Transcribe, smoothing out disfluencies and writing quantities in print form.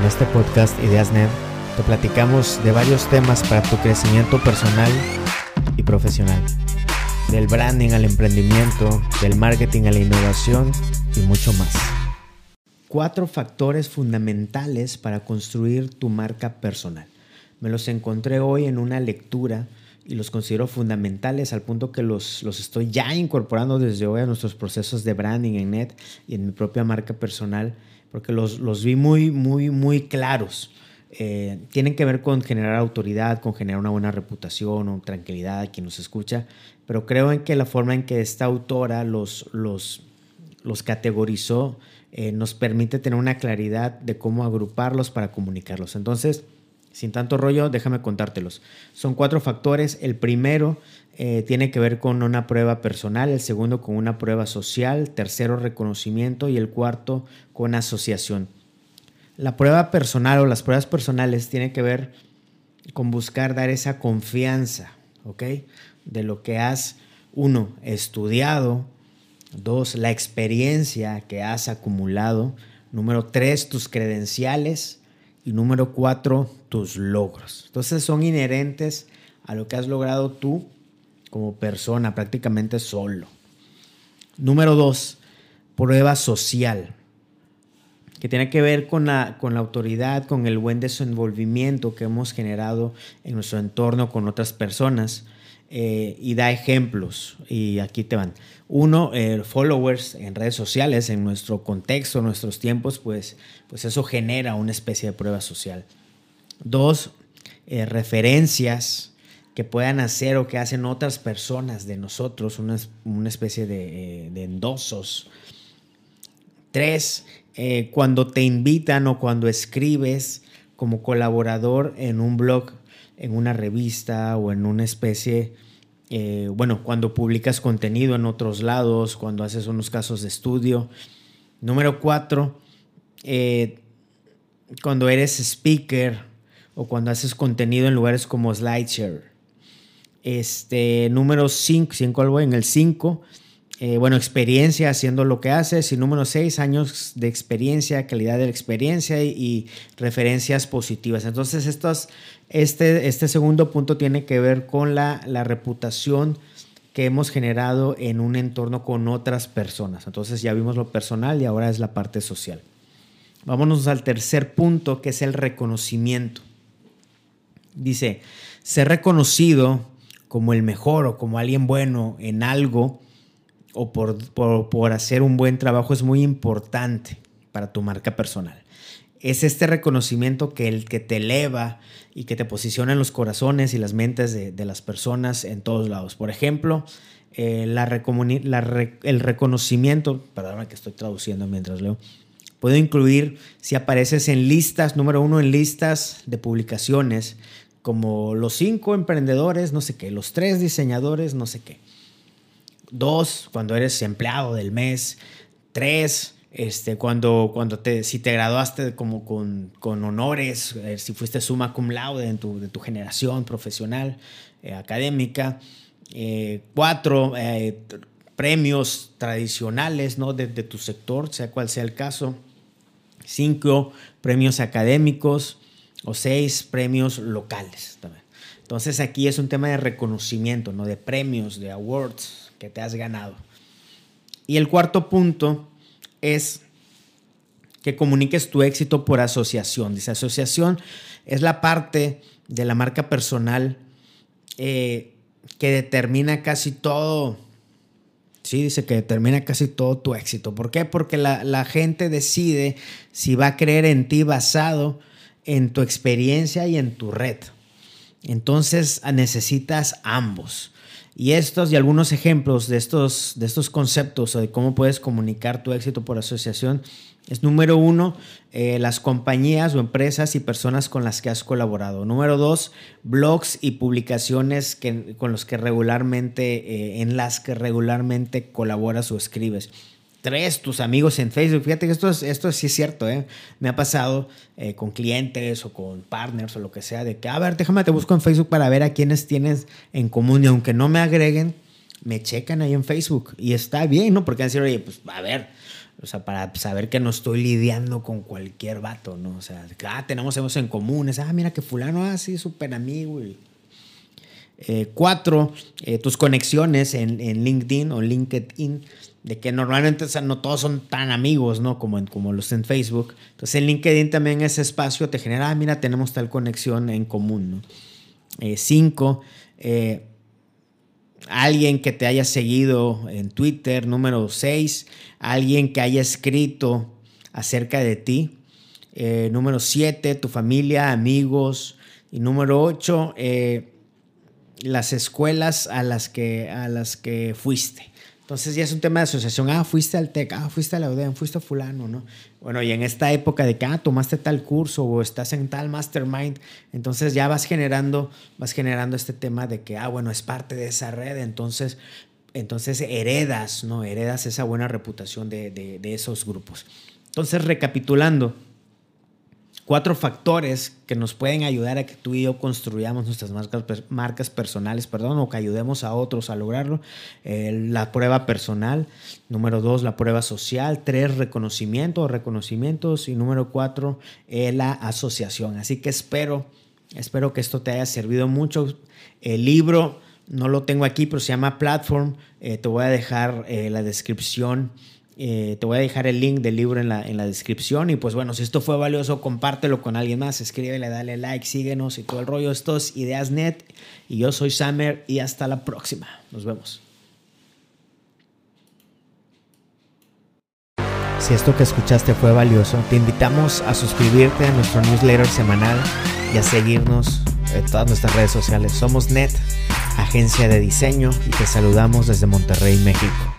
En este podcast IdeasNet te platicamos de varios temas para tu crecimiento personal y profesional. Del branding al emprendimiento, del marketing a la innovación y mucho más. 4 factores fundamentales para construir tu marca personal. Me los encontré hoy en una lectura y los considero fundamentales al punto que los estoy ya incorporando desde hoy a nuestros procesos de branding en NET y en mi propia marca personal, porque los vi muy claros. Tienen que ver con generar autoridad, con generar una buena reputación o tranquilidad a quien nos escucha, pero creo en que la forma en que esta autora los categorizó nos permite tener una claridad de cómo agruparlos para comunicarlos. Entonces, sin tanto rollo, déjame contártelos. Son 4 factores. El primero tiene que ver con una prueba personal, el segundo con una prueba social, tercero reconocimiento y el cuarto con asociación. La prueba personal o las pruebas personales tienen que ver con buscar dar esa confianza, ¿ok? De lo que has, 1, estudiado, 2, la experiencia que has acumulado, número 3, tus credenciales y número 4, tus logros. Entonces son inherentes a lo que has logrado tú como persona, prácticamente solo. Número 2, prueba social, que tiene que ver con la autoridad, con el buen desenvolvimiento que hemos generado en nuestro entorno con otras personas. Y da ejemplos, y aquí te van. 1, followers en redes sociales, en nuestro contexto, en nuestros tiempos, pues eso genera una especie de prueba social. 2, referencias que puedan hacer o que hacen otras personas de nosotros, una especie de endosos. 3, cuando te invitan o cuando escribes como colaborador en un blog, en una revista o en una especie, cuando publicas contenido en otros lados, cuando haces unos casos de estudio. Número 4, cuando eres speaker o cuando haces contenido en lugares como SlideShare. Número 5, en el 5, experiencia haciendo lo que haces. Y número 6, años de experiencia, calidad de la experiencia y referencias positivas. Entonces este segundo punto tiene que ver con la reputación que hemos generado en un entorno con otras personas. Entonces ya vimos lo personal y ahora es la parte social. Vámonos al tercer punto, que es el reconocimiento. Dice, ser reconocido como el mejor o como alguien bueno en algo o por hacer un buen trabajo es muy importante para tu marca personal. Es este reconocimiento que te eleva y que te posiciona en los corazones y las mentes de las personas en todos lados. Por ejemplo, el reconocimiento, perdóname que estoy traduciendo mientras leo, puede incluir si apareces en listas, número 1, en listas de publicaciones, como los 5 emprendedores, no sé qué, los 3 diseñadores, no sé qué. 2, cuando eres empleado del mes. 3, si te graduaste como con honores, si fuiste summa cum laude de tu generación profesional, académica. 4, premios tradicionales, ¿no? de tu sector, sea cual sea el caso. 5, premios académicos. O 6, premios locales también. Entonces aquí es un tema de reconocimiento, ¿no? De premios, de awards que te has ganado. Y el cuarto punto es que comuniques tu éxito por asociación. Dice, asociación es la parte de la marca personal que determina casi todo. Sí, dice que determina casi todo tu éxito. ¿Por qué? Porque la gente decide si va a creer en ti basado en tu experiencia y en tu red. Entonces necesitas ambos. Y algunos ejemplos de estos conceptos o de cómo puedes comunicar tu éxito por asociación es, número 1, las compañías o empresas y personas con las que has colaborado. Número 2, blogs y publicaciones en las que regularmente colaboras o escribes. 3, tus amigos en Facebook. Fíjate que esto sí es cierto, ¿eh? Me ha pasado con clientes o con partners o lo que sea, de que, a ver, déjame te busco en Facebook para ver a quiénes tienes en común, y aunque no me agreguen, me checan ahí en Facebook. Y está bien, ¿no? Porque van a decir, oye, pues a ver, O sea, para saber que no estoy lidiando con cualquier vato, ¿no? O sea, tenemos eso en comunes. Mira que fulano, sí, súper amigo. 4, tus conexiones en LinkedIn o LinkedIn, de que normalmente, o sea, no todos son tan amigos, ¿no? Como los en Facebook. Entonces, en LinkedIn también ese espacio te genera, mira, tenemos tal conexión en común, ¿no? 5, alguien que te haya seguido en Twitter. Número 6, alguien que haya escrito acerca de ti. Número 7, tu familia, amigos. Y número 8, las escuelas a las que fuiste. Entonces ya es un tema de asociación. Fuiste al TEC, fuiste a la UDEM, fuiste a fulano, ¿no? Bueno, y en esta época de que tomaste tal curso o estás en tal mastermind, entonces ya vas generando este tema de que, bueno, es parte de esa red, entonces heredas, ¿no? Heredas esa buena reputación de esos grupos. Entonces, recapitulando, 4 factores que nos pueden ayudar a que tú y yo construyamos nuestras marcas personales, o que ayudemos a otros a lograrlo. La prueba personal. Número 2, la prueba social. 3, reconocimientos. Y número 4, la asociación. Así que espero que esto te haya servido mucho. El libro no lo tengo aquí, pero se llama Platform. Te voy a dejar la descripción. Te voy a dejar el link del libro en la descripción. Y pues bueno, si esto fue valioso, compártelo con alguien más, escríbele, dale like, síguenos y todo el rollo. Esto es Ideas.net y yo soy Samer y hasta la próxima. Nos vemos. Si esto que escuchaste fue valioso, te invitamos a suscribirte a nuestro newsletter semanal y a seguirnos en todas nuestras redes sociales. Somos Net, agencia de diseño, y te saludamos desde Monterrey, México.